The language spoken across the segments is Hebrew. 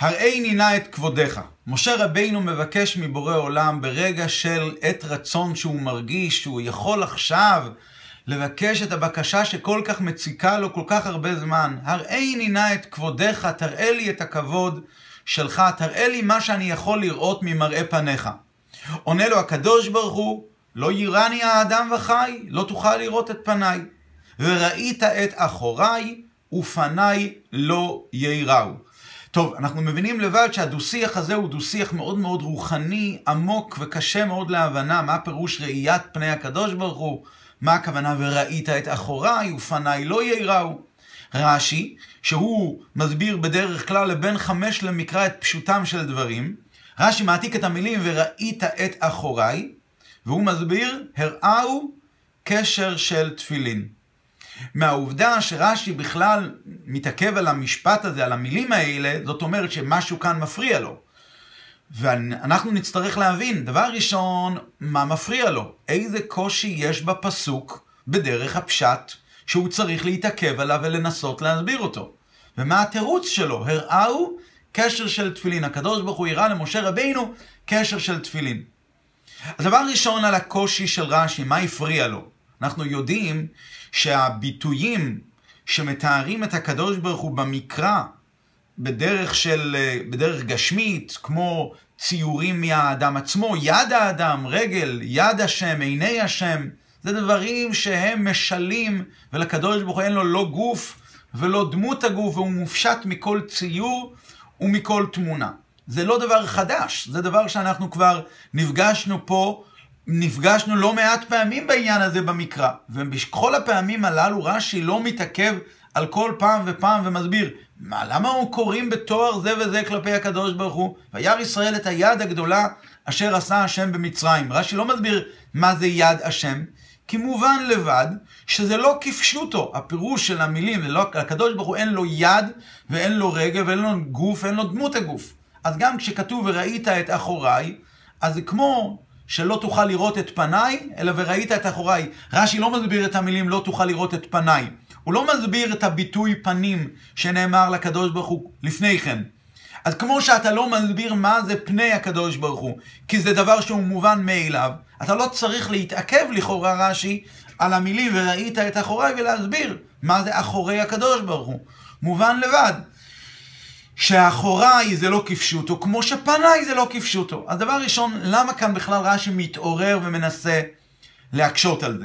הראיני נא את כבודך. משה רבינו מבקש מבורא עולם ברגע של עת רצון שהוא מרגיש שהוא יכול עכשיו לבקש את הבקשה שכל כך מציקה לו כל כך הרבה זמן. הראיני נא את כבודך, תראה לי את הכבוד שלך, תראה לי מה שאני יכול לראות ממראה פניך. עונה לו הקדוש ברוך הוא, לא יראני האדם וחי, לא תוכל לראות את פניי. וראית את אחוריי ופניי לא יראו. טוב, אנחנו מבינים לבד שהדו-שיח הזה הוא דו-שיח מאוד מאוד רוחני, עמוק וקשה מאוד להבנה. מה פירוש ראיית פני הקדוש ברוך הוא? מה הכוונה וראית את אחוריי ופניי לא יראו? רש"י, שהוא מסביר בדרך כלל לבן 5 למקרא את פשוטם של דברים, רש"י מעתיק את המילים וראית את אחוריי, והוא מסביר הראו קשר של תפילין. מהעובדה שרש"י בכלל מתעכב על המשפט הזה, על המילים האלה, זאת אומרת שמשהו כאן מפריע לו. ואנחנו נצטרך להבין, דבר ראשון, מה מפריע לו? איזה קושי יש בפסוק בדרך הפשט שהוא צריך להתעכב עליו ולנסות להסביר אותו. ומה התירוץ שלו? הראו קשר של תפילין. הקדוש ברוך הוא הראה למשה רבינו קשר של תפילין. הדבר ראשון על הקושי של רש"י, מה הפריע לו? אנחנו יודעים שהביטויים שמתארים את הקדוש ברוך הוא במקרא בדרך גשמית, כמו ציורים מהאדם עצמו, יד האדם, רגל, יד השם, עיני השם, זה דברים שהם משלים, ולקדוש ברוך הוא אין לו לא גוף ולא דמות הגוף, והוא מופשט מכל ציור ומכל תמונה. זה לא דבר חדש, זה דבר שאנחנו כבר נפגשנו לא מעט פעמים בעניין הזה במקרא, ובכל הפעמים הללו רש"י לא מתעכב על כל פעם ופעם ומסביר, למה הוא קוראים בתואר זה וזה כלפי הקדוש ברוך הוא? וירא ישראל את היד הגדולה אשר עשה השם במצרים. רש"י לא מסביר מה זה יד השם, כי מובן לבד שזה לא כפשוטו. הפירוש של המילים, הקדוש ברוך הוא אין לו יד ואין לו רגל ואין לו גוף ואין לו דמות הגוף. אז גם כשכתוב וראית את אחוריי, אז זה כמו שלא תוכל לראות את פניי, אלא וראית את אחוריי. רש"י לא מסביר את המילים לא תוכל לראות את פניי. הוא לא מסביר את הביטוי פנים שנאמר לקדוש ברוך הוא לפני כן. אז כמו שאתה לא מסביר מה זה פני הקדוש ברוך הוא, כי זה דבר שהוא מובן מאליו, אתה לא צריך להתעכב לכאורה רש"י על המילים וראית את אחוריי ולהסביר מה זה אחורי הקדוש ברוך הוא. מובן לבד שאחוריי זה לא כפשוטו, כמו שפניי זה לא כפשוטו. אז דבר ראשון, למה כאן בכלל רש"י מתעורר ומנסה להקשות על זה?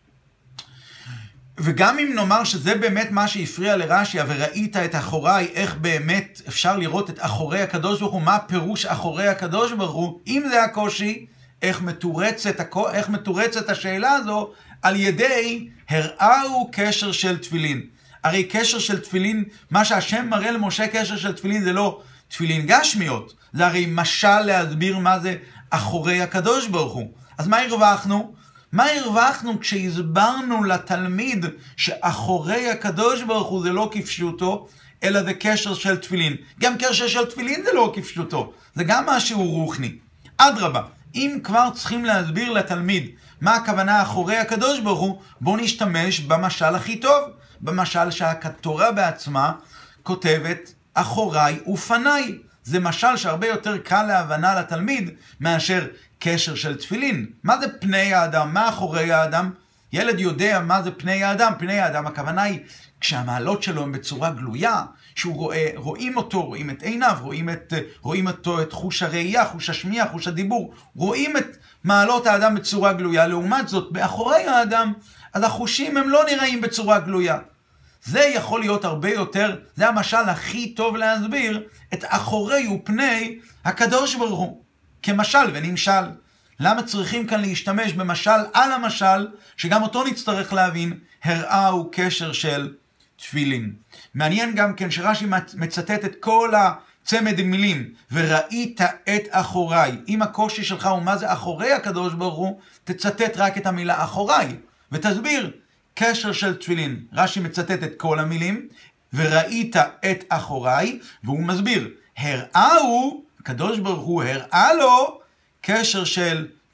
וגם אם נאמר שזה באמת מה שהפריע לרש"י, וראית את אחוריי, איך באמת אפשר לראות את אחורי הקדוש ברוך הוא, מה פירוש אחורי הקדוש ברוך הוא, אם זה הקושי, איך מתורצת השאלה הזו, על ידי הראו קשר של תפילין. הרי קשר של תפילין, מה שהשם מראה למשה קשר של תפילין, זה לא תפילין גשמיות, זה הרי משל להסביר מה זה אחורי הקדוש ברוך הוא. אז מה הרווחנו? מה הרווחנו כשהסברנו לתלמיד שאחורי הקדוש ברוך הוא זה לא כפשוטו, אלא זה קשר של תפילין. גם קשר של תפילין זה לא כפשוטו, זה גם משהו רוחני. אדרבה, אם כבר צריכים להסביר לתלמיד מה הכוונה אחורי הקדוש ברוך הוא, בוא נשתמש במשל הכי טוב, במשל שהתורה בעצמה כותבת אחוריי ופניי. זה משל שהרבה יותר קל להבנה לתלמיד מאשר קשר של תפילין. מה זה פני האדם? מה אחורי האדם? ילד יודע מה זה פני האדם. פני האדם, הכוונה היא כשהמעלות שלו הם בצורה גלויה, רואים אותו, רואים את עיניו, רואים אותו, את חוש הראייה, חוש השמיעה, חוש הדיבור, רואים את מעלות האדם בצורה גלויה. לעומת זאת, באחורי האדם, אז החושים הם לא נראים בצורה גלויה. זה יכול להיות הרבה יותר, זה המשל הכי טוב להסביר את אחורי ופני הקדוש ברוך הוא. כמשל ונמשל. למה צריכים כאן להשתמש במשל על המשל, שגם אותו נצטרך להבין, הראו קשר של תפילין. מעניין גם כן שרש"י מצטט את כל הצמד מילים, וראית את אחוריי. אם הקושי שלך הוא מה זה אחורי הקדוש ברוך הוא, תצטט רק את המילה אחוריי, ותסביר קשר של תפילין. רש"י מצטט את כל המילים, וראית את אחוריי, והוא מסביר, הראו, הקדוש ברוך הוא הראה לו קשר של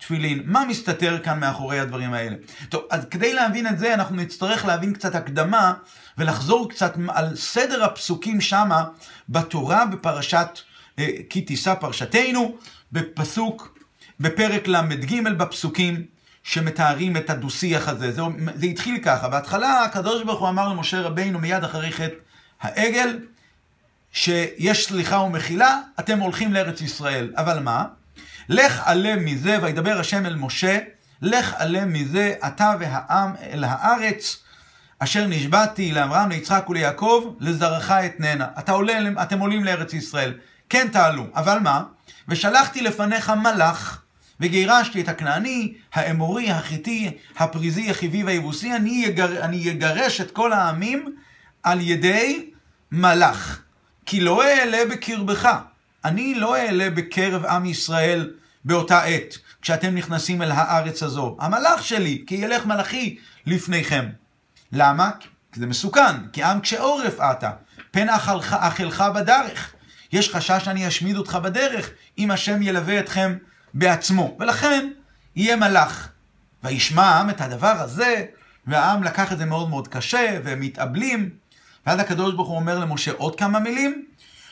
תפילין. מה מסתתר כאן מאחורי הדברים האלה? טוב, אז כדי להבין את זה, אנחנו נצטרך להבין קצת הקדמה, ולחזור קצת על סדר הפסוקים שמה בתורה, בפרשת כי תישא פרשתנו, בפרק למ"ג בפסוקים שמתארים את הדו-שיח הזה. זה התחיל ככה. בהתחלה הקדוש ברוך הוא אמר למשה רבינו מיד אחרי חטא העגל, שיש סליחה ומחילה, אתם הולכים לארץ ישראל. אבל מה? לך עלה מזה, וידבר השם אל משה, לך עלה מזה אתה והעם אל הארץ, אשר נשבעתי לאברהם, ליצחק וליעקב, לזרעך אתננה. אתם עולים לארץ ישראל. כן תעלו. אבל מה? ושלחתי לפניך מלאך, וגירשתי את הכנעני, האמורי, החיתי, הפריזי, החיבי והיבוסי, אני אגרש את כל העמים על ידי מלאך. כי לא אעלה בקרבך. אני לא אעלה בקרב עם ישראל באותה עת, כשאתם נכנסים אל הארץ הזו. המלאך שלי, כי ילך מלאכי לפניכם. למה? כי זה מסוכן. כי עם קשה עורף אתה, פן אכלך בדרך. יש חשש שאני אשמיד אותך בדרך, אם השם ילווה אתכם בעצמו. ולכן יהיה מלאך. וישמע העם את הדבר הזה, והעם לקח את זה מאוד מאוד קשה, והם מתאבלים. ואז הקדוש ברוך הוא אומר למשה עוד כמה מילים,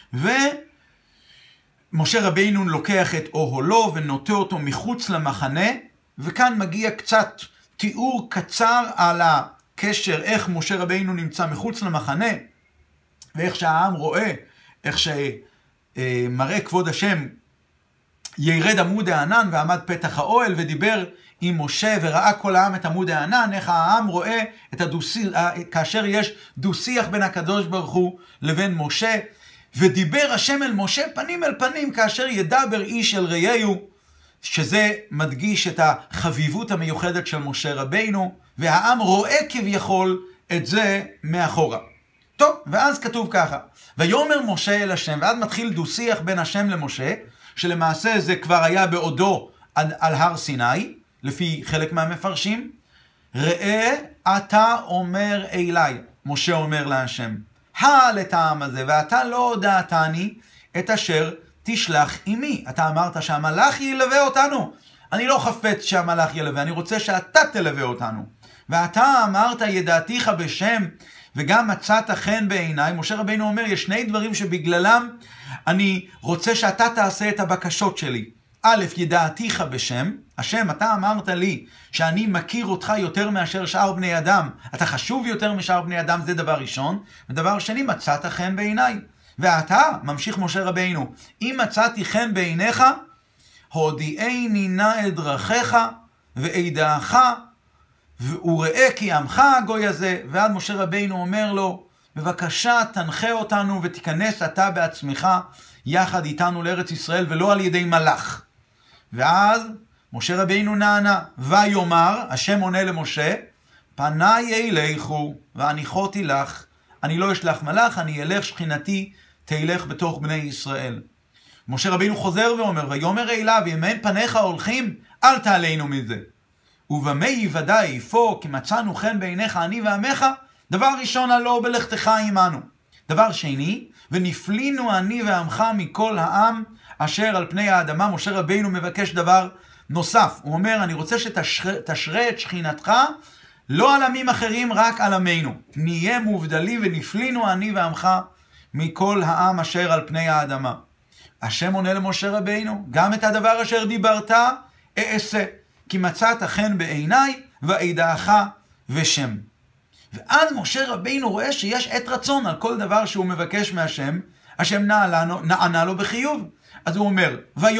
ומשה רבינו לוקח את אוהלו ונוטה אותו מחוץ למחנה, וכאן מגיע קצת תיאור קצר על הקשר, איך משה רבינו נמצא מחוץ למחנה, ואיך שהעם רואה, איך שמראה כבוד השם, ירד עמוד הענן ועמד פתח האוהל, ודיבר עם משה וראה כל העם את עמוד הענן, איך העם רואה את כאשר יש דו-שיח בין הקדוש ברוך הוא לבין משה, ודיבר השם אל משה פנים אל פנים, כאשר ידבר איש אל רעהו, שזה מדגיש את החביבות המיוחדת של משה רבינו, והעם רואה כביכול את זה מאחורה. טוב, ואז כתוב ככה, ויאמר משה אל השם, ואז מתחיל דו-שיח בין השם למשה, שלמעשה זה כבר היה בעודו על הר סיני, לפי חלק מהמפרשים. ראה אתה אומר אליי, משה אומר להשם, העל את העם הזה, ואתה לא הודעתני את אשר תשלח עמי. אתה אמרת שהמלאך ילווה אותנו. אני לא חפץ שהמלאך ילווה, אני רוצה שאתה תלווה אותנו. ואתה אמרת ידעתיך בשם, וגם מצאת חן בעיניי. משה רבינו אומר, יש שני דברים שבגללם אני רוצה שאתה תעשה את הבקשות שלי. א', ידעתיך בשם, השם, אתה אמרת לי שאני מכיר אותך יותר מאשר שאר בני אדם, אתה חשוב יותר משאר בני אדם, זה דבר ראשון. ודבר שני, מצאת חן בעיניי. ואתה, ממשיך משה רבינו, אם מצאתי חן בעיניך, הודיעני נא את דרכיך ואידעך, וראה כי עמך הגוי הזה. ועד משה רבינו אומר לו, בבקשה תנחה אותנו ותיכנס אתה בעצמך יחד איתנו לארץ ישראל, ולא על ידי מלאך. ואז משה רבינו נענה, ויאמר, השם עונה למשה, פניי אליכו והניחותי לך, אני לא אשלח מלאך, אני אלך, שכינתי תלך בתוך בני ישראל. משה רבינו חוזר ואומר, ויאמר אליו, אם אין פניך הולכים, אל תעלינו מזה. ובמה יוודע איפה, כי מצאנו חן בעיניך אני ועמך, דבר ראשון, הלא בלכתך עמנו. דבר שני, ונפלינו אני ועמך מכל העם אשר על פני האדמה. משה רבינו מבקש דבר נוסף. הוא אומר, אני רוצה שתשרה את שכינתך, לא על עמים אחרים, רק על עמנו. נהיה מובדלים ונפלינו אני ועמך מכל העם אשר על פני האדמה. השם עונה למשה רבינו, גם את הדבר אשר דיברת אעשה, כי מצאת חן בעיניי ואידעך ושם. ואז משה רבינו רואה שיש עת רצון על כל דבר שהוא מבקש מהשם, השם נענה לו בחיוב. אז הוא אומר,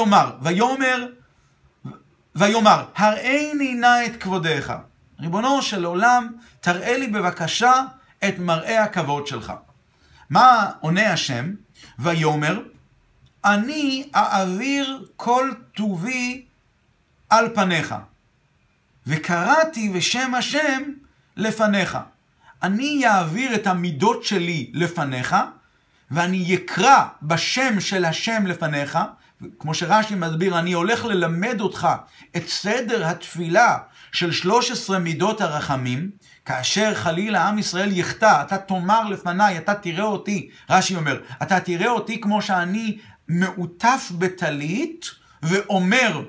ויאמר, הראיני נא את כבודך. ריבונו של עולם, תראה לי בבקשה את מראה הכבוד שלך. מה עונה השם? ויאמר, אני אעביר כל טובי על פניך, וקראתי בשם השם לפניך. אני אעביר את המידות שלי לפניך, ואני אקרא בשם של השם לפניך. כמו שרש"י מסביר, אני הולך ללמד אותך את סדר התפילה של 13 מידות הרחמים, כאשר חלילה עם ישראל יחטא, אתה תאמר לפניי, אתה תראה אותי, רש"י אומר, אתה תראה אותי כמו שאני מעוטף בטלית, ואומר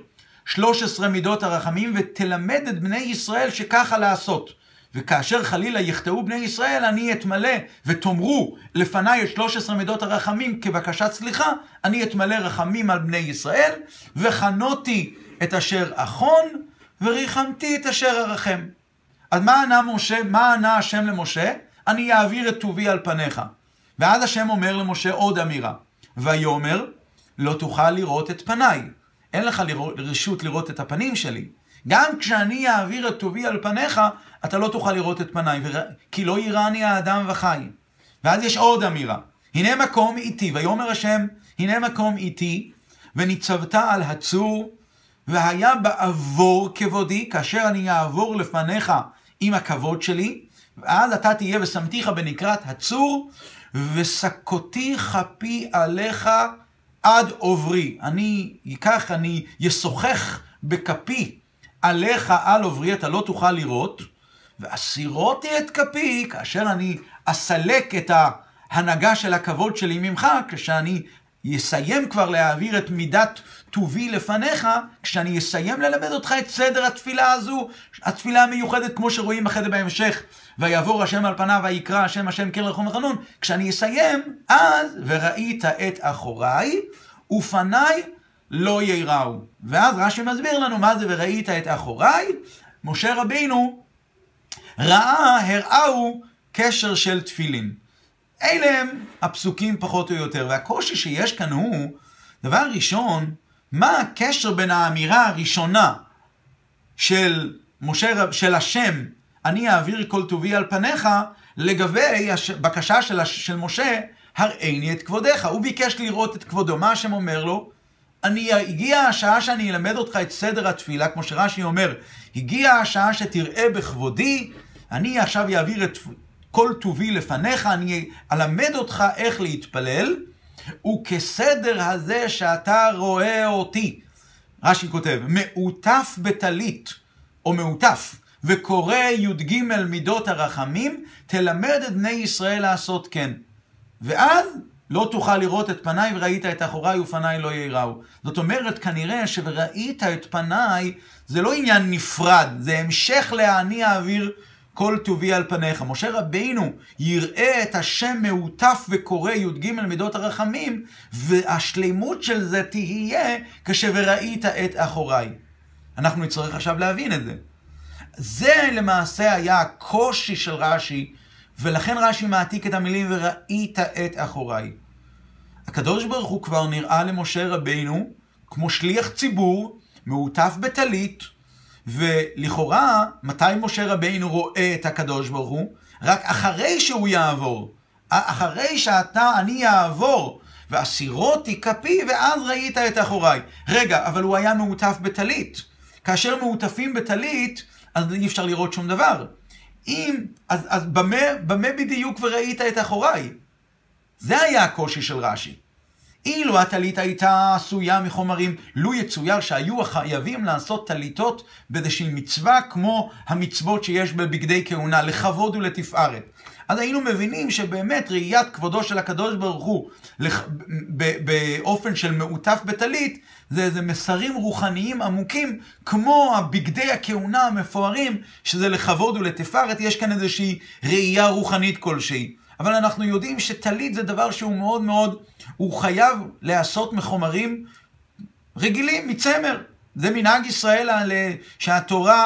13 מידות הרחמים, ותלמד את בני ישראל שככה לעשות. וכאשר חלילה יחטאו בני ישראל, אני אתמלא, ותאמרו לפניי את 13 מידות הרחמים כבקשת סליחה, אני אתמלא רחמים על בני ישראל, וחנותי את אשר אחון, וריחמתי את אשר ארחם. אז מה ענה השם למשה? אני אעביר את טובי על פניך. ואז השם אומר למשה עוד אמירה. ויאמר, לא תוכל לראות את פניי. אין לך רשות לראות את הפנים שלי. גם כשאני אעביר את טובי על פניך, אתה לא תוכל לראות את פניי, כי לא יראני האדם וחי. ואז יש עוד אמירה. הנה מקום איתי, ויאמר השם, הנה מקום איתי, וניצבת על הצור, והיה בעבור כבודי, כאשר אני אעבור לפניך עם הכבוד שלי, ואז אתה תהיה ושמתיך בנקרת הצור, וסקותי חפי עליך עד עוברי. אני ישוחח בכפי עליך על עוברי, אתה לא תוכל לראות, ואסירותי את כפי, כאשר אני אסלק את ההנהגה של הכבוד שלי ממך, כשאני יסיים כבר להעביר את מידת טובי לפניך, כשאני אסיים ללמד אותך את סדר התפילה הזו, התפילה המיוחדת כמו שרואים בחדר בהמשך, ויעבור השם על פניו ויקרא השם כן רחום וחנון, כשאני אסיים, אז וראית את אחוריי, ופניי לא יראו. ואז רש"י מסביר לנו מה זה וראית את אחוריי. משה רבינו הראו קשר של תפילין. אלה הם הפסוקים פחות או יותר, והקושי שיש כאן הוא, דבר ראשון, מה הקשר בין האמירה הראשונה של השם, אני אעביר כל טובי על פניך, לגבי בקשה של משה, הראיני את כבודך. הוא ביקש לראות את כבודו. מה השם אומר לו? הגיעה השעה שאני אלמד אותך את סדר התפילה, כמו שרש"י אומר, הגיעה השעה שתראה בכבודי, אני עכשיו אעביר את כל טובי לפניך, אני אלמד אותך איך להתפלל, וכסדר הזה שאתה רואה אותי. רש"י כותב, מעוטף בטלית, או מעוטף, וקורא י"ג מידות הרחמים, תלמד את בני ישראל לעשות כן. ואז לא תוכל לראות את פניי וראית את אחוריי ופניי לא יראו. זאת אומרת, כנראה שראית את פניי, זה לא עניין נפרד, זה המשך להני אעביר כל טובי על פניך. משה רבינו יראה את השם מעוטף וקורא י"ג מידות הרחמים, והשלימות של זה תהיה כשוראית את אחוריי. אנחנו נצטרך עכשיו להבין את זה. זה למעשה היה הקושי של רש"י, ולכן רש"י מעתיק את המילים וראית את אחוריי. הקדוש ברוך הוא כבר נראה למשה רבינו כמו שליח ציבור, מעוטף בטלית, ולכאורה, מתי משה רבינו רואה את הקדוש ברוך הוא? רק אחרי שהוא יעבור. אחרי אני אעבור, ואסירותי כפי, ואז ראית את אחוריי. רגע, אבל הוא היה מעוטף בטלית. כאשר מעוטפים בטלית, אז אי אפשר לראות שום דבר. אז במה בדיוק וראית את אחוריי? זה היה הקושי של רש"י. אילו הטלית הייתה עשויה מחומרים, לו יצויר שהיו חייבים לעשות טליתות באיזושהי מצווה, כמו המצוות שיש בבגדי כהונה, לכבוד ולתפארת. אז היינו מבינים שבאמת ראיית כבודו של הקדוש ברוך הוא, באופן של מעוטף בטלית, זה מסרים רוחניים עמוקים, כמו הבגדי הכהונה המפוארים, שזה לכבוד ולתפארת, יש כאן איזושהי ראייה רוחנית כלשהי. אבל אנחנו יודעים שטלית זה דבר שהוא מאוד מאוד, הוא חייב לעשות מחומרים רגילים, מצמר. זה מנהג ישראל שהתורה,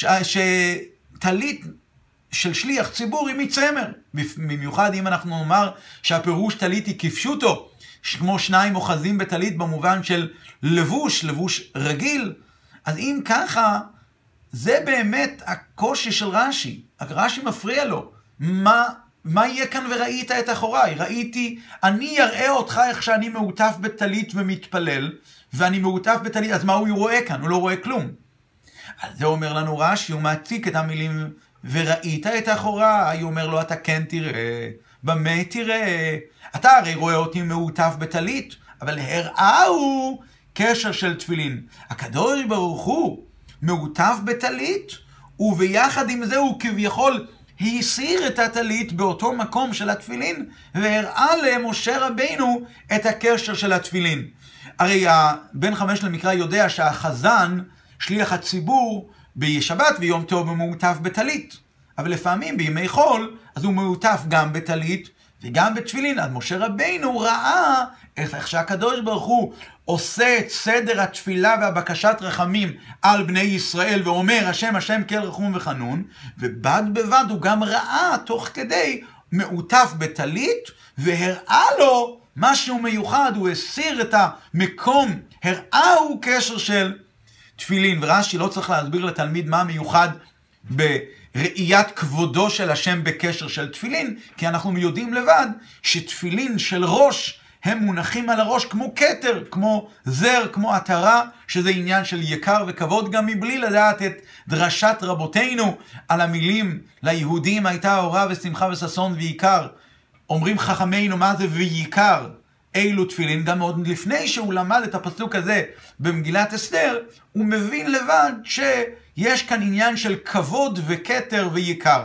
שטלית של שליח ציבור היא מצמר. במיוחד אם אנחנו נאמר שהפירוש טלית היא כפשוטו, כמו שניים אוחזים בטלית במובן של לבוש רגיל. אז אם ככה, זה באמת הקושי של רש"י. רש"י מפריע לו. מה יהיה כאן וראית את אחוריי? ראיתי, אני אראה אותך איך שאני מעוטף בטלית ומתפלל, ואני מעוטף בטלית, אז מה הוא רואה כאן? הוא לא רואה כלום. אז זה אומר לנו רש"י, הוא מעתיק את המילים, וראית את אחוריי, הוא אומר לו, אתה כן תראה, במה תראה? אתה הרי רואה אותי מעוטף בטלית, אבל הראו קשר של תפילין. הקדוש ברוך הוא מעוטף בטלית, וביחד עם זה הוא כביכול הסיר את הטלית באותו מקום של התפילין, והראה למשה רבינו את הקשר של התפילין. הרי בן 5 למקרא יודע שהחזן, שליח הציבור, בשבת ויום טוב הוא מעוטף בטלית. אבל לפעמים בימי חול, אז הוא מעוטף גם בטלית וגם בתפילין. אז משה רבינו ראה איך שהקדוש ברוך הוא עושה את סדר התפילה והבקשת רחמים על בני ישראל, ואומר השם השם כל רחום וחנון, ובד בבד הוא גם ראה תוך כדי מעוטף בטלית, והראה לו משהו מיוחד, הוא הסיר את המקום, הראה הוא קשר של תפילין. ורש"י לא צריך להסביר לתלמיד מה מיוחד בראיית כבודו של השם בקשר של תפילין, כי אנחנו יודעים לבד שתפילין של ראש הם מונחים על הראש כמו כתר, כמו זר, כמו עטרה, שזה עניין של יקר וכבוד, גם מבלי לדעת את דרשת רבותינו על המילים ליהודים הייתה אורה ושמחה וששון ויקר. אומרים חכמינו מה זה ויקר אילו תפילין, גם עוד לפני שהוא למד את הפסוק הזה במגילת אסתר, הוא מבין לבד שיש כאן עניין של כבוד וכתר ויקר.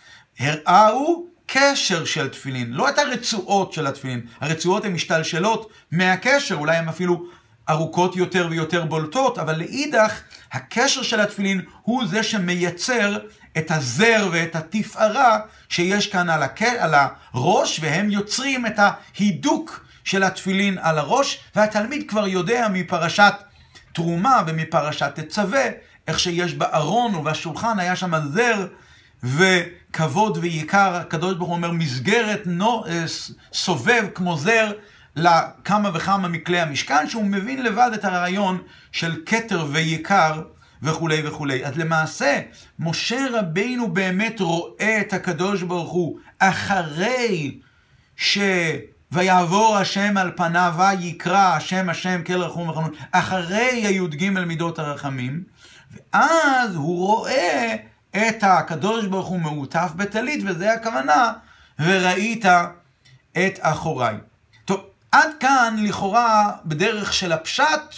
הראו קשר של תפילין, לא את הרצועות של התפילין. הרצועות הן משתלשלות מהקשר, אולי הן אפילו ארוכות יותר ויותר בולטות, אבל לאידך, הקשר של התפילין הוא זה שמייצר את הזר ואת התפארה שיש כאן על הראש, והם יוצרים את ההידוק של התפילין על הראש, והתלמיד כבר יודע מפרשת תרומה ומפרשת תצווה, איך שיש בארון ובשולחן היה שם זר וכבוד ויקר. הקדוש ברוך הוא אומר מסגרת סובב כמו זר לכמה וכמה מכלי המשכן, שהוא מבין לבד את הרעיון של כתר ויקר וכו' וכו'. אז למעשה משה רבינו באמת רואה את הקדוש ברוך הוא אחרי ויעבור השם על פניו ויקרא השם השם כל רחום וחנון, אחרי הי"ג מידות הרחמים, ואז הוא רואה את הקדוש ברוך הוא מעוטף בטלית, וזה הכוונה וראית את אחוריי. טוב, עד כאן לכאורה בדרך של הפשט,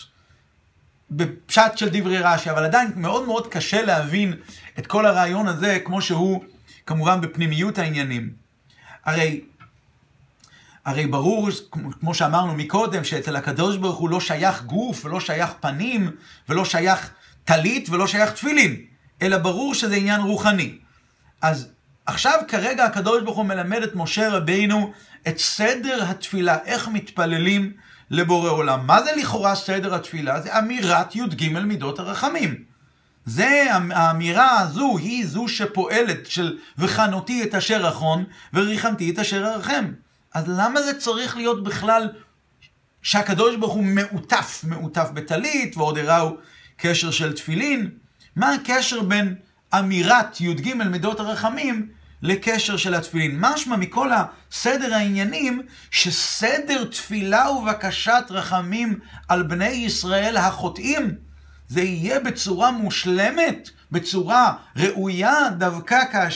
בפשט של דברי רש"י, אבל עדיין מאוד מאוד קשה להבין את כל הרעיון הזה כמו שהוא כמובן בפנימיות העניינים. הרי ברור, כמו שאמרנו מקודם, שאצל הקדוש ברוך הוא לא שייך גוף ולא שייך פנים ולא שייך טלית ולא שייך תפילין, אלא ברור שזה עניין רוחני. אז עכשיו כרגע הקדוש ברוך הוא מלמד את משה רבינו את סדר התפילה, איך מתפללים לבורא עולם. מה זה לכאורה סדר התפילה? זה אמירת י"ג מידות הרחמים. זה האמירה הזו, היא זו שפועלת של וחנותי את אשר אחון וריחמתי את אשר ארחם. אז למה זה צריך להיות בכלל שהקדוש ברוך הוא מעוטף בטלית, ועוד הראו קשר של תפילין? מה הקשר בין אמירת י"ג מידות הרחמים לקשר של התפילין? משמע מכל הסדר העניינים שסדר תפילה ובקשת רחמים על בני ישראל החוטאים, זה יהיה בצורה מושלמת, בצורה ראויה, דווקא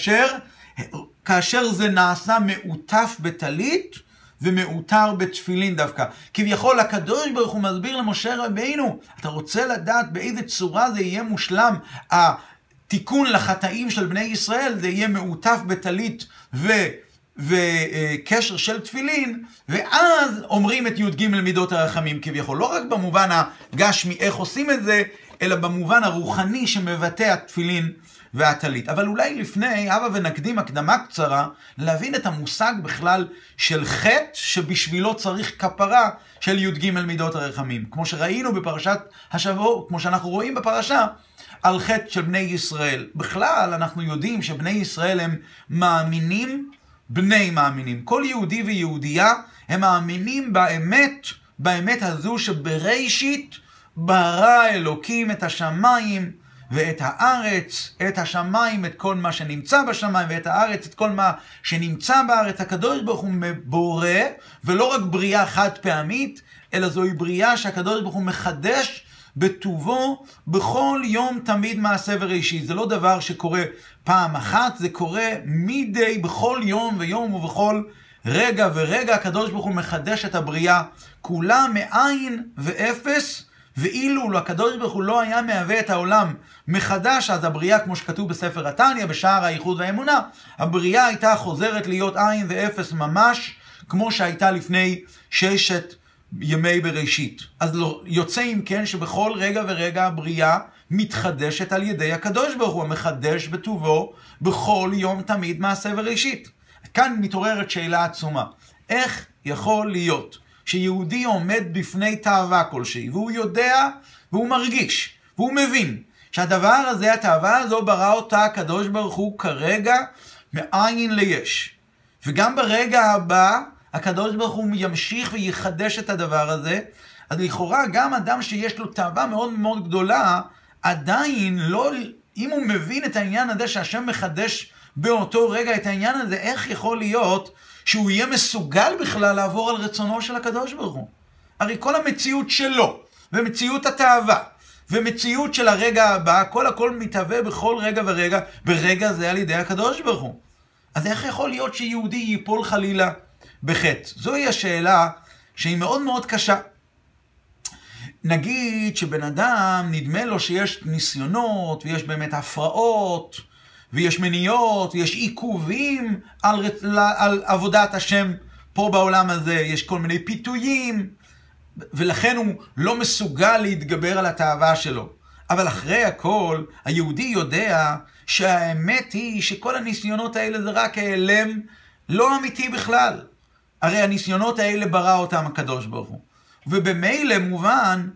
כאשר זה נעשה מעוטף בטלית ומעוטר בתפילין דווקא. כביכול הקדוש ברוך הוא מסביר למשה רבינו, אתה רוצה לדעת באיזה צורה זה יהיה מושלם, התיקון לחטאים של בני ישראל, זה יהיה מעוטף בטלית וקשר של תפילין, ואז אומרים את י"ג מידות הרחמים כביכול. לא רק במובן הגשמי איך עושים את זה, אלא במובן הרוחני שמבטא התפילין והטלית. אבל אולי לפני, הבה ונקדים הקדמה קצרה, להבין את המושג בכלל של חטא שבשבילו צריך כפרה של י"ג מידות הרחמים. כמו שראינו בפרשת השבוע, כמו שאנחנו רואים בפרשה, על חטא של בני ישראל. בכלל אנחנו יודעים שבני ישראל הם מאמינים, בני מאמינים. כל יהודי ויהודייה הם מאמינים באמת הזו שבראשית ברא אלוקים את השמיים ואת הארץ, את השמיים, את כל מה שנמצא בשמיים, ואת הארץ, את כל מה שנמצא בארץ. הקדוש ברוך הוא בורא, ולא רק בריאה חד פעמית, אלא זוהי בריאה שהקדוש ברוך הוא מחדש בטובו בכל יום תמיד מעשה וראשית. זה לא דבר שקורה פעם אחת, זה קורה מדי בכל יום ויום ובכל רגע ורגע. הקדוש ברוך הוא מחדש את הבריאה כולה מאין ואפס, ואילו הקדוש ברוך הוא לא היה מהווה את העולם מחדש, אז הבריאה, כמו שכתוב בספר התניא, בשער הייחוד והאמונה, הבריאה הייתה חוזרת להיות עין ואפס ממש, כמו שהייתה לפני 6 ימי בראשית. אז יוצא אם כן שבכל רגע ורגע הבריאה מתחדשת על ידי הקדוש ברוך הוא, המחדש בטובו בכל יום תמיד מעשה וראשית. כאן מתעוררת שאלה עצומה. איך יכול להיות שיהודי עומד בפני תאווה כלשהי, והוא יודע והוא מרגיש והוא מבין שהדבר הזה, התאווה הזו ברא אותה הקדוש ברוך הוא כרגע מאין ליש, וגם ברגע הבא הקדוש ברוך הוא ימשיך ויחדש את הדבר הזה, אז לכאורה גם אדם שיש לו תאווה מאוד מאוד גדולה, עדיין לא, אם הוא מבין את העניין הזה שהשם מחדש באותו רגע את העניין הזה, איך יכול להיות שהוא יהיה מסוגל בכלל לעבור על רצונו של הקדוש ברוך הוא? הרי כל המציאות שלו, ומציאות התאווה, ומציאות של הרגע הבא, הכל מתהווה בכל רגע ורגע, ברגע זה על ידי הקדוש ברוך הוא. אז איך יכול להיות שיהודי ייפול חלילה בחטא? זוהי השאלה שהיא מאוד מאוד קשה. נגיד שבן אדם נדמה לו שיש ניסיונות, ויש באמת הפרעות, ויש מניעות, ויש עיכובים על עבודת השם פה בעולם הזה, יש כל מיני פיתויים, ולכן הוא לא מסוגל להתגבר על התאווה שלו. אבל אחרי הכל, היהודי יודע שהאמת היא שכל הניסיונות האלה זה רק העלם לא אמיתי בכלל. הרי הניסיונות האלה ברא אותם הקדוש ברוך הוא. ובמילא מובן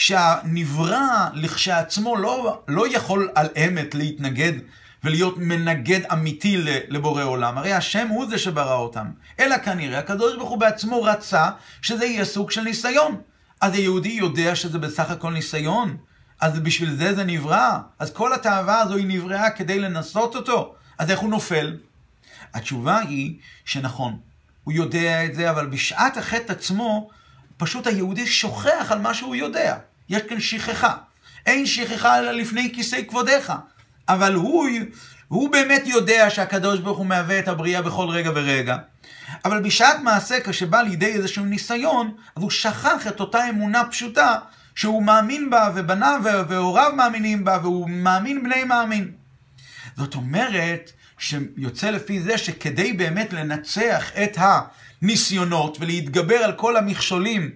שהנברא לכשעצמו לא יכול על אמת להתנגד ולהיות מנגד אמיתי לבורא עולם. הרי השם הוא זה שברא אותם. אלא כנראה הקדוש ברוך הוא בעצמו רצה שזה יהיה סוג של ניסיון. אז היהודי יודע שזה בסך הכל ניסיון. אז בשביל זה נברא. אז כל התאווה הזו היא נבראה כדי לנסות אותו. אז איך הוא נופל? התשובה היא שנכון, הוא יודע את זה, אבל בשעת החטא עצמו, פשוט היהודי שוכח על מה שהוא יודע. יש כאן שכחה. אין שכחה אלא לפני כיסא כבודך. אבל הוא באמת יודע שהקדוש ברוך הוא מהווה את הבריאה בכל רגע ורגע. אבל בשעת מעשה, כשבא לידי איזשהו ניסיון, אז הוא שכח את אותה אמונה פשוטה שהוא מאמין בה, ובניו והוריו מאמינים בה, והוא מאמין בני מאמין. זאת אומרת שיוצא לפי זה שכדי באמת לנצח את הניסיונות ולהתגבר על כל המכשולים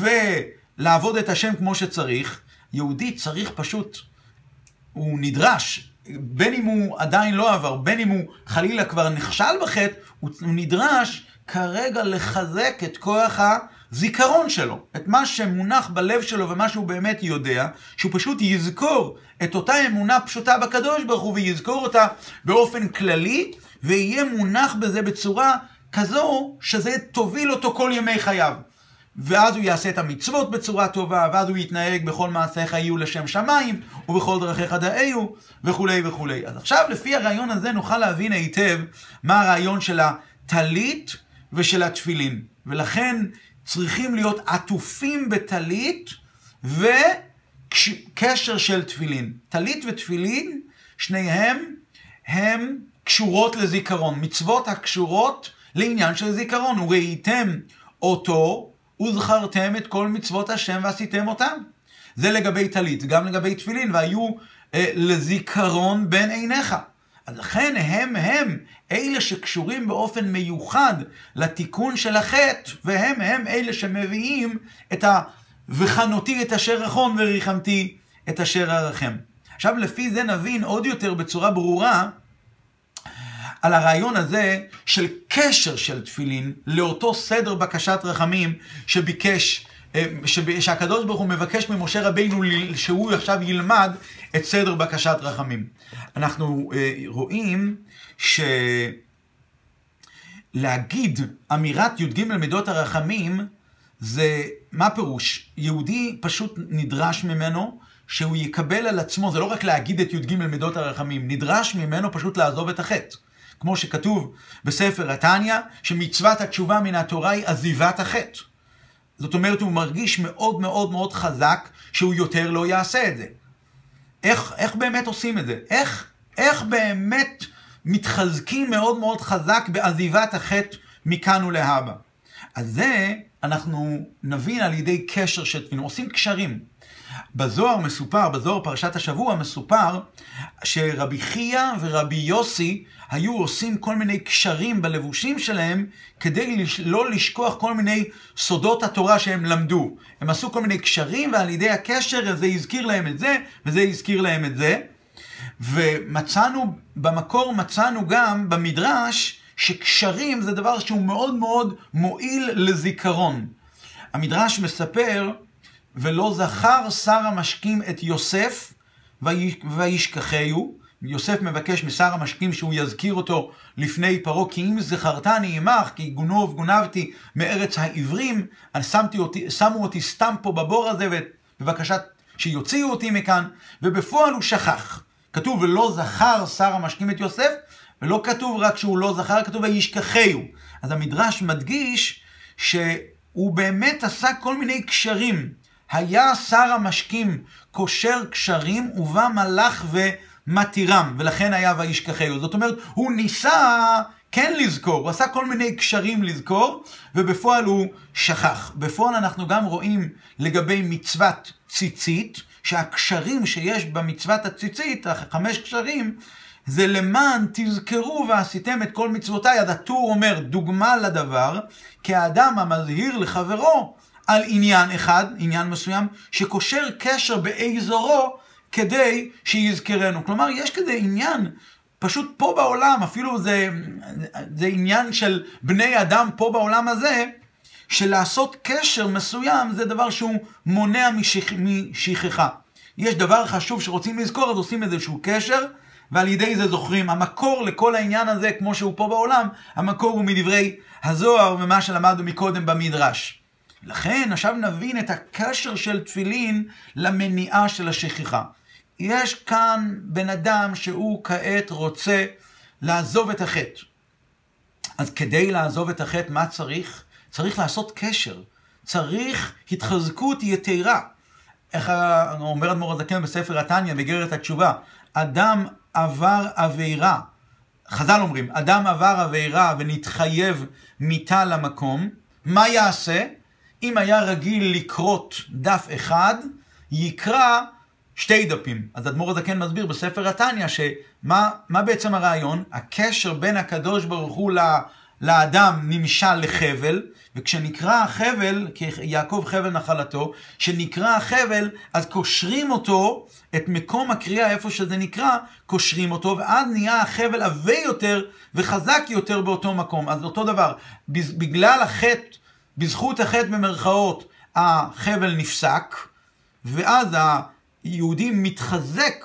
ולעבוד את השם כמו שצריך, יהודי צריך פשוט, הוא נדרש, בין אם הוא עדיין לא עבר, בין אם הוא חלילה כבר נכשל בחטא, הוא נדרש כרגע לחזק את כוח הזיכרון שלו, את מה שמונח בלב שלו ומה שהוא באמת יודע, שהוא פשוט יזכור את אותה אמונה פשוטה בקדוש ברוך הוא, ויזכור אותה באופן כללי, ויהיה מונח בזה בצורה כזו שזה תוביל אותו כל ימי חייו. ואז הוא יעשה את המצוות בצורה טובה, ואז הוא יתנהג בכל מעשיך יהיו לשם שמיים, ובכל דרכיך דאהו, וכו' וכו'. אז עכשיו לפי הרעיון הזה נוכל להבין היטב מה הרעיון של הטלית ושל התפילין. ולכן צריכים להיות עטופים בטלית וקשר של תפילין. טלית ותפילין, שניהם הם קשורות לזיכרון. מצוות הקשורות לעניין של זיכרון. וראיתם אותו וזכרתם את כל מצוות השם ועשיתם אותם. זה לגבי טלית, גם לגבי תפילין, והיו לזיכרון בין עיניך. אז לכן הם אלה שקשורים באופן מיוחד לתיקון של החטא, והם אלה שמביאים את וחנותי את אשר רחום וריחמתי את אשר ארחם. עכשיו לפי זה נבין עוד יותר בצורה ברורה על הרעיון הזה של קשר של תפילין לאותו סדר בקשת רחמים שביקש, שהקדוש ברוך הוא מבקש ממשה רבינו שהוא עכשיו ילמד את סדר בקשת רחמים. אנחנו רואים שלהגיד אמירת י"ג מידות הרחמים זה, מה פירוש? יהודי פשוט נדרש ממנו שהוא יקבל על עצמו, זה לא רק להגיד את י"ג מידות הרחמים, נדרש ממנו פשוט לעזוב את החטא. כמו שכתוב בספר התניא, שמצוות התשובה מן התורה היא עזיבת החטא. זאת אומרת, הוא מרגיש מאוד מאוד מאוד חזק שהוא יותר לא יעשה את זה. איך באמת עושים את זה? איך באמת מתחזקים מאוד מאוד חזק בעזיבת החטא מכאן ולהבא? אז זה אנחנו נבין על ידי קשר של תפילין, עושים קשרים. בזוהר מסופר, בזוהר פרשת השבוע מסופר, שרבי חייא ורבי יוסי היו עושים כל מיני קשרים בלבושים שלהם, כדי לא לשכוח כל מיני סודות התורה שהם למדו. הם עשו כל מיני קשרים, ועל ידי הקשר הזה הזכיר להם את זה, וזה הזכיר להם את זה. ומצאנו, במקור מצאנו גם במדרש, שקשרים זה דבר שהוא מאוד מאוד מועיל לזיכרון. המדרש מספר, ולא זכר שר המשקים את יוסף וישכחהו. יוסף מבקש משר המשקים שהוא יזכיר אותו לפני פרעה, כי אם זכרתני עמך, כי גונבתי מארץ העברים, שמו אותי סתם פה בבור הזה, ובבקשה שיוציאו אותי מכאן, ובפועל הוא שכח. כתוב ולא זכר שר המשקים את יוסף, ולא כתוב רק שהוא לא זכר, כתוב וישכחהו. אז המדרש מדגיש שהוא באמת עשה כל מיני קשרים. היה שר המשקים קושר קשרים, ובא מלאך ומתירם, ולכן היה וישכחהו. זאת אומרת, הוא ניסה כן לזכור, הוא עשה כל מיני קשרים לזכור, ובפועל הוא שכח. בפועל אנחנו גם רואים לגבי מצוות ציצית, שהקשרים שיש במצוות הציצית, 5 קשרים, זה למען תזכרו ועשיתם את כל מצוותיי. אז הטור אומר דוגמה לדבר, כי האדם המזהיר לחברו על עניין אחד, עניין מסוים, שקושר קשר באזורו כדי שיזכרנו. כלומר, יש כזה עניין, פשוט פה בעולם, אפילו זה עניין של בני אדם פה בעולם הזה, שלעשות קשר מסוים זה דבר שהוא מונע משכחה. יש דבר חשוב שרוצים לזכור, אז עושים איזשהו קשר, ועל ידי זה זוכרים. המקור לכל העניין הזה, כמו שהוא פה בעולם, המקור הוא מדברי הזוהר ומה שלמדנו מקודם במדרש. לכן עכשיו נבין את הקשר של תפילין למניעה של השכחה. יש כאן בן אדם שהוא כעת רוצה לעזוב את החטא. אז כדי לעזוב את החטא, מה צריך? צריך לעשות קשר. צריך התחזקות יתרה. איך אומר אדמו"ר הזקן בספר התניא, באיגרת התשובה, אדם עבר עבירה. חז"ל אומרים, אדם עבר עבירה ונתחייב מיתה למקום, מה יעשה? אם היה רגיל לקרות דף אחד, יקרא 2 דפים. אז אדמו"ר הזקן מסביר בספר התניא שמה בעצם הרעיון? הקשר בין הקדוש ברוך הוא לאדם נמשל לחבל, וכשנקרא החבל, כי יעקב חבל נחלתו, שנקרא החבל, אז קושרים אותו, את מקום הקריאה איפה שזה נקרא, קושרים אותו, ואז נהיה החבל עבה יותר וחזק יותר באותו מקום. אז אותו דבר, בגלל החטא, בזכות החטא במרכאות, החבל נפסק, ואז היהודי מתחזק,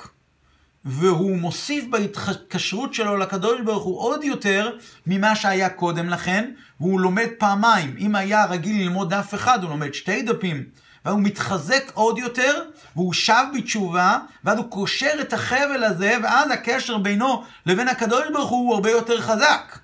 והוא מוסיף בהתקשרות שלו לקדוש ברוך הוא עוד יותר ממה שהיה קודם לכן, והוא לומד פעמיים. אם היה רגיל ללמוד דף אחד, הוא לומד 2 דפים, והוא מתחזק עוד יותר, והוא שב בתשובה, ואז הוא קושר את החבל הזה, ואז הקשר בינו לבין הקדוש ברוך הוא הרבה יותר חזק.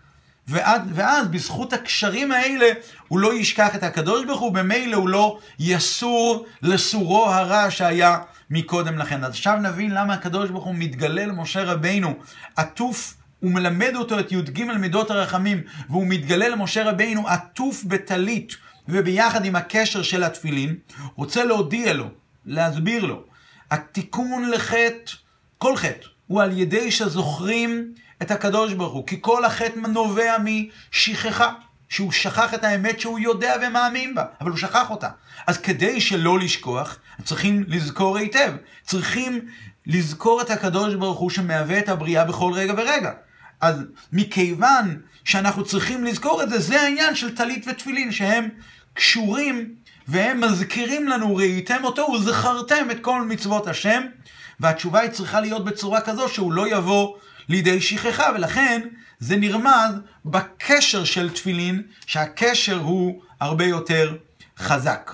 ואז בזכות הקשרים האלה הוא לא ישכח את הקדוש ברוך הוא, במילא הוא לא יסור לסורו הרע שהיה מקודם לכן. אז עכשיו נבין למה הקדוש ברוך הוא מתגלה למשה רבינו עטוף, הוא מלמד אותו את י"ג מידות הרחמים, והוא מתגלה למשה רבינו עטוף בטלית, וביחד עם הקשר של התפילין, רוצה להודיע לו, להסביר לו, התיקון לחטא, כל חטא, הוא על ידי שזוכרים את הקדוש ברוך הוא, כי כל החטא נובע משכחה, שהוא שכח את האמת שהוא יודע ומאמין בה, אבל הוא שכח אותה. אז כדי שלא לשכוח, צריכים לזכור היטב, צריכים לזכור את הקדוש ברוך הוא שמהווה את הבריאה בכל רגע ורגע. אז מכיוון שאנחנו צריכים לזכור את זה, זה העניין של טלית ותפילין, שהם קשורים והם מזכירים לנו, ראיתם אותו וזכרתם את כל מצוות השם, והתשובה היא צריכה להיות בצורה כזו שהוא לא יבוא לידי שכחה, ולכן זה נרמז בקשר של תפילין, שהקשר הוא הרבה יותר חזק.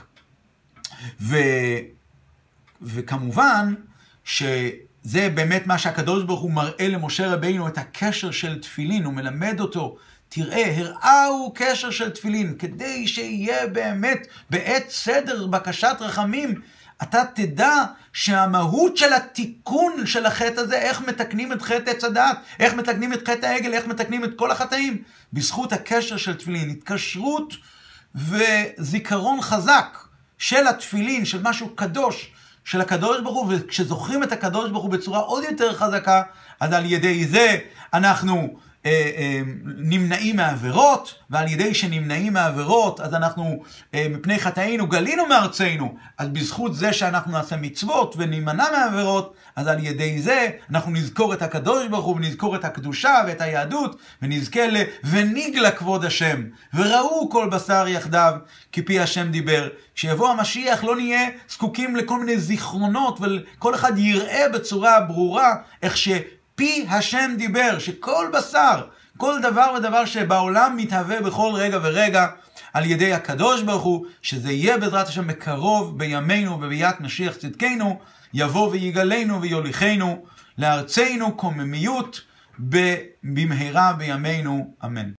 וכמובן שזה באמת מה שהקדוש ברוך הוא מראה למשה רבינו, את הקשר של תפילין, הוא מלמד אותו, תראה, הראהו קשר של תפילין, כדי שיהיה באמת בעת סדר בקשת רחמים, אתה תדע שהמהות של התיקון של החטא הזה, איך מתקנים את חטא עץ הדעת, איך מתקנים את חטא העגל, איך מתקנים את כל החטאים, בזכות הקשר של תפילין, התקשרות וזיכרון חזק של התפילין, של משהו קדוש, של הקדוש ברוך הוא, וכשזוכרים את הקדוש ברוך הוא בצורה עוד יותר חזקה, אז על ידי זה אנחנו נמנעים מהעבירות, ועל ידי שנמנעים מהעבירות, אז אנחנו מפני חטאינו גלינו מארצנו, אז בזכות זה שאנחנו נעשה מצוות ונמנע מהעבירות, אז על ידי זה אנחנו נזכור את הקדוש ברוך הוא, ונזכור את הקדושה ואת היהדות, ונזכה ונגלה כבוד השם, וראו כל בשר יחדיו, כי פי השם דיבר. כשיבוא המשיח לא נהיה זקוקים לכל מיני זיכרונות, וכל אחד יראה בצורה ברורה איך פי השם דיבר, שכל בשר, כל דבר ודבר שבעולם מתהווה בכל רגע ורגע על ידי הקדוש ברוך הוא, שזה יהיה בעזרת השם מקרוב בימינו וביאת משיח צדקנו, יבוא ויגלנו ויוליכנו לארצנו קוממיות במהרה בימינו, אמן.